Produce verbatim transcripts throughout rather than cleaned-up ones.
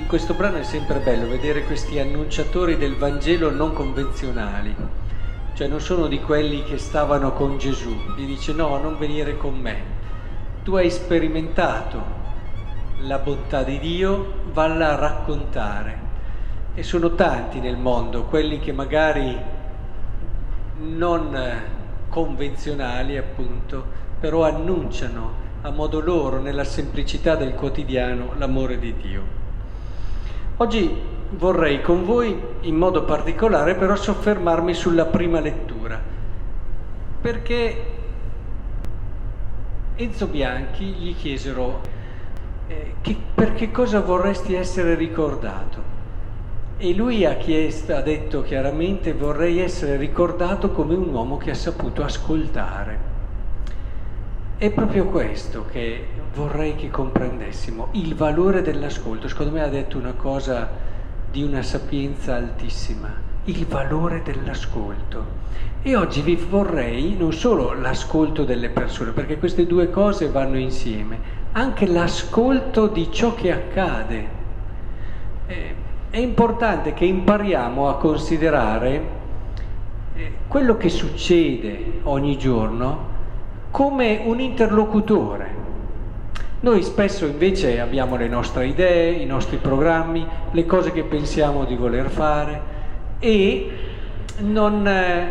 questo brano è sempre bello vedere questi annunciatori del Vangelo non convenzionali, cioè non sono di quelli che stavano con Gesù, gli dice no, non venire con me, tu hai sperimentato la bontà di Dio, valla a raccontare. E sono tanti nel mondo quelli che magari non convenzionali appunto, però annunciano a modo loro, nella semplicità del quotidiano, l'amore di Dio. Oggi vorrei con voi, in modo particolare, però soffermarmi sulla prima lettura, perché Enzo Bianchi gli chiesero eh, che, per che cosa vorresti essere ricordato? E lui ha chiesto, ha detto chiaramente, vorrei essere ricordato come un uomo che ha saputo ascoltare. È proprio questo che vorrei che comprendessimo, il valore dell'ascolto. Secondo me ha detto una cosa di una sapienza altissima, il valore dell'ascolto. E oggi vi vorrei non solo l'ascolto delle persone, perché queste due cose vanno insieme, anche l'ascolto di ciò che accade. Eh, è importante che impariamo a considerare eh, quello che succede ogni giorno come un interlocutore. Noi spesso invece abbiamo le nostre idee, i nostri programmi, le cose che pensiamo di voler fare e non, eh,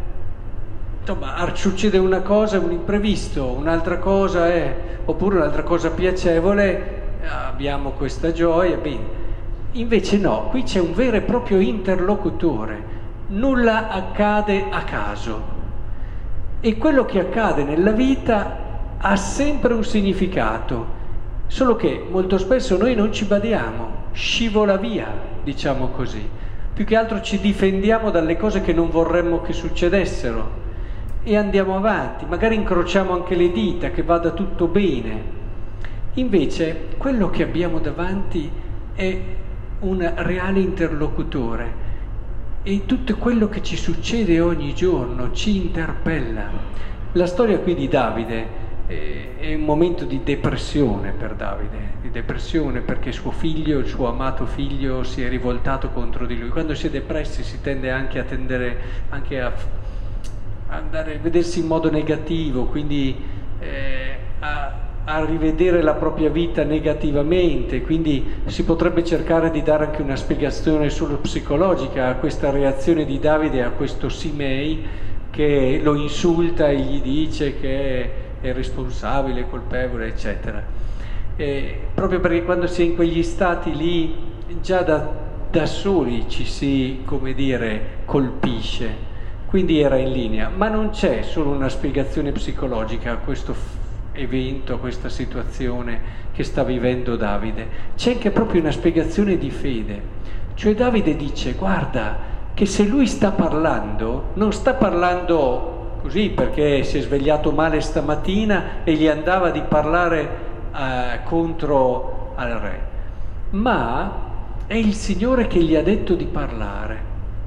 insomma, succede una cosa, un imprevisto, un'altra cosa è, oppure un'altra cosa piacevole, abbiamo questa gioia, bene. Invece no, qui c'è un vero e proprio interlocutore, nulla accade a caso. E quello che accade nella vita ha sempre un significato, solo che molto spesso noi non ci badiamo, scivola via, diciamo così. Più che altro ci difendiamo dalle cose che non vorremmo che succedessero e andiamo avanti, magari incrociamo anche le dita, che vada tutto bene. Invece quello che abbiamo davanti è un reale interlocutore. E tutto quello che ci succede ogni giorno ci interpella. La storia qui di Davide eh, è un momento di depressione per Davide, di depressione perché suo figlio, il suo amato figlio, si è rivoltato contro di lui. Quando si è depressi si tende anche a tendere anche a, a andare a vedersi in modo negativo, quindi eh, a a rivedere la propria vita negativamente, quindi si potrebbe cercare di dare anche una spiegazione solo psicologica a questa reazione di Davide a questo Simei che lo insulta e gli dice che è responsabile, colpevole, eccetera. E proprio perché quando si è in quegli stati lì già da, da soli ci si, come dire, colpisce, quindi era in linea, ma non c'è solo una spiegazione psicologica a questo evento, questa situazione che sta vivendo Davide, c'è anche proprio una spiegazione di fede. Cioè Davide dice, guarda, che se lui sta parlando, non sta parlando così perché si è svegliato male stamattina e gli andava di parlare eh, contro al re, ma è il Signore che gli ha detto di parlare.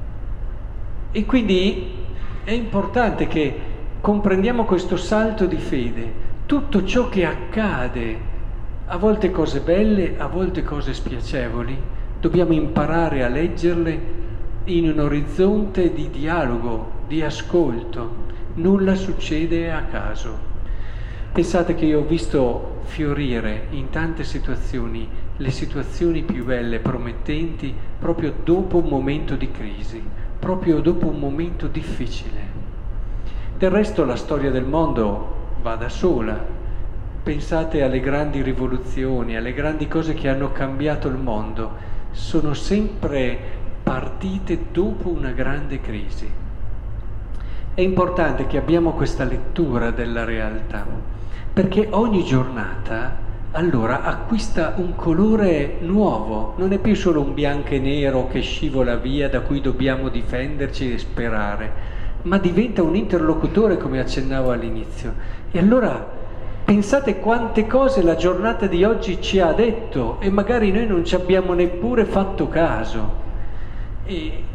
E quindi è importante che comprendiamo questo salto di fede. Tutto ciò che accade, a volte cose belle, a volte cose spiacevoli, dobbiamo imparare a leggerle in un orizzonte di dialogo, di ascolto. Nulla succede a caso. Pensate che io ho visto fiorire in tante situazioni le situazioni più belle, promettenti, proprio dopo un momento di crisi, proprio dopo un momento difficile. Del resto la storia del mondo va da sola. Pensate alle grandi rivoluzioni, alle grandi cose che hanno cambiato il mondo, sono sempre partite dopo una grande crisi. È importante che abbiamo questa lettura della realtà, perché ogni giornata allora acquista un colore nuovo, non è più solo un bianco e nero che scivola via da cui dobbiamo difenderci e sperare, ma diventa un interlocutore, come accennavo all'inizio. E allora pensate quante cose la giornata di oggi ci ha detto e magari noi non ci abbiamo neppure fatto caso. E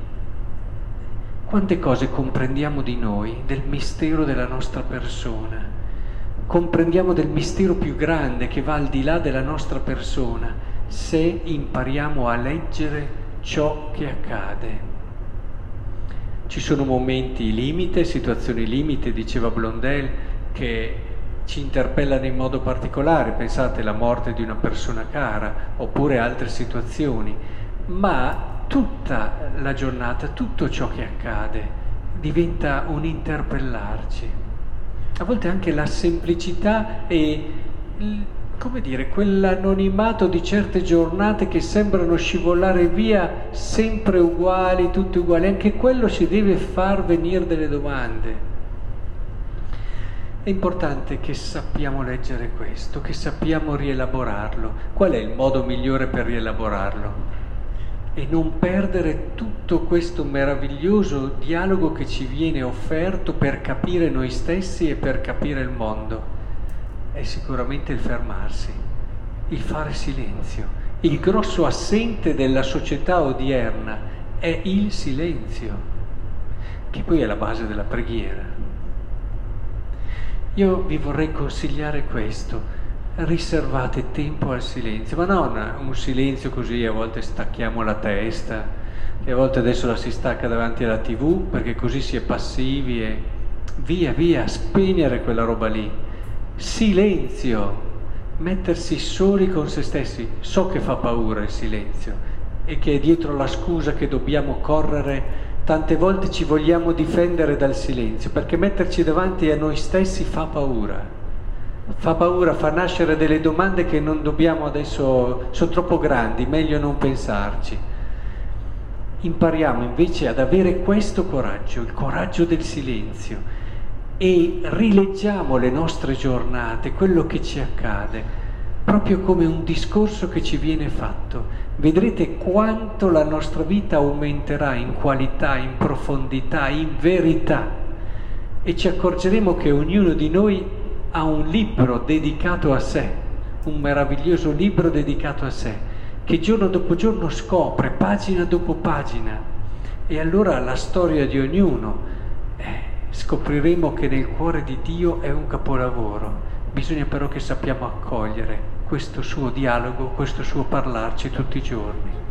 quante cose comprendiamo di noi, del mistero della nostra persona. Comprendiamo del mistero più grande che va al di là della nostra persona se impariamo a leggere ciò che accade. Ci sono momenti limite, situazioni limite, diceva Blondel, che ci interpellano in modo particolare, pensate alla morte di una persona cara, oppure altre situazioni, ma tutta la giornata, tutto ciò che accade diventa un interpellarci. A volte anche la semplicità e, come dire, quell'anonimato di certe giornate che sembrano scivolare via sempre uguali, tutte uguali, anche quello ci deve far venire delle domande. È importante che sappiamo leggere questo, che sappiamo rielaborarlo. Qual è il modo migliore per rielaborarlo? E non perdere tutto questo meraviglioso dialogo che ci viene offerto per capire noi stessi e per capire il mondo. È sicuramente il fermarsi, il fare silenzio. Il grosso assente della società odierna è il silenzio, che poi è la base della preghiera. Io vi vorrei consigliare questo: riservate tempo al silenzio, ma non un silenzio così a volte stacchiamo la testa, che a volte adesso la si stacca davanti alla tivù perché così si è passivi e via via, spegnere quella roba lì. Silenzio, mettersi soli con se stessi. So che fa paura il silenzio e che è dietro la scusa che dobbiamo correre. Tante volte ci vogliamo difendere dal silenzio, perché metterci davanti a noi stessi fa paura. Fa paura, fa nascere delle domande che non dobbiamo adesso, sono troppo grandi, meglio non pensarci. Impariamo invece ad avere questo coraggio, il coraggio del silenzio, e rileggiamo le nostre giornate, quello che ci accade, proprio come un discorso che ci viene fatto. Vedrete quanto la nostra vita aumenterà in qualità, in profondità, in verità, e ci accorgeremo che ognuno di noi ha un libro dedicato a sé, un meraviglioso libro dedicato a sé, che giorno dopo giorno scopre, pagina dopo pagina, e allora la storia di ognuno, eh, scopriremo che nel cuore di Dio è un capolavoro. Bisogna però che sappiamo accogliere questo suo dialogo, questo suo parlarci tutti i giorni.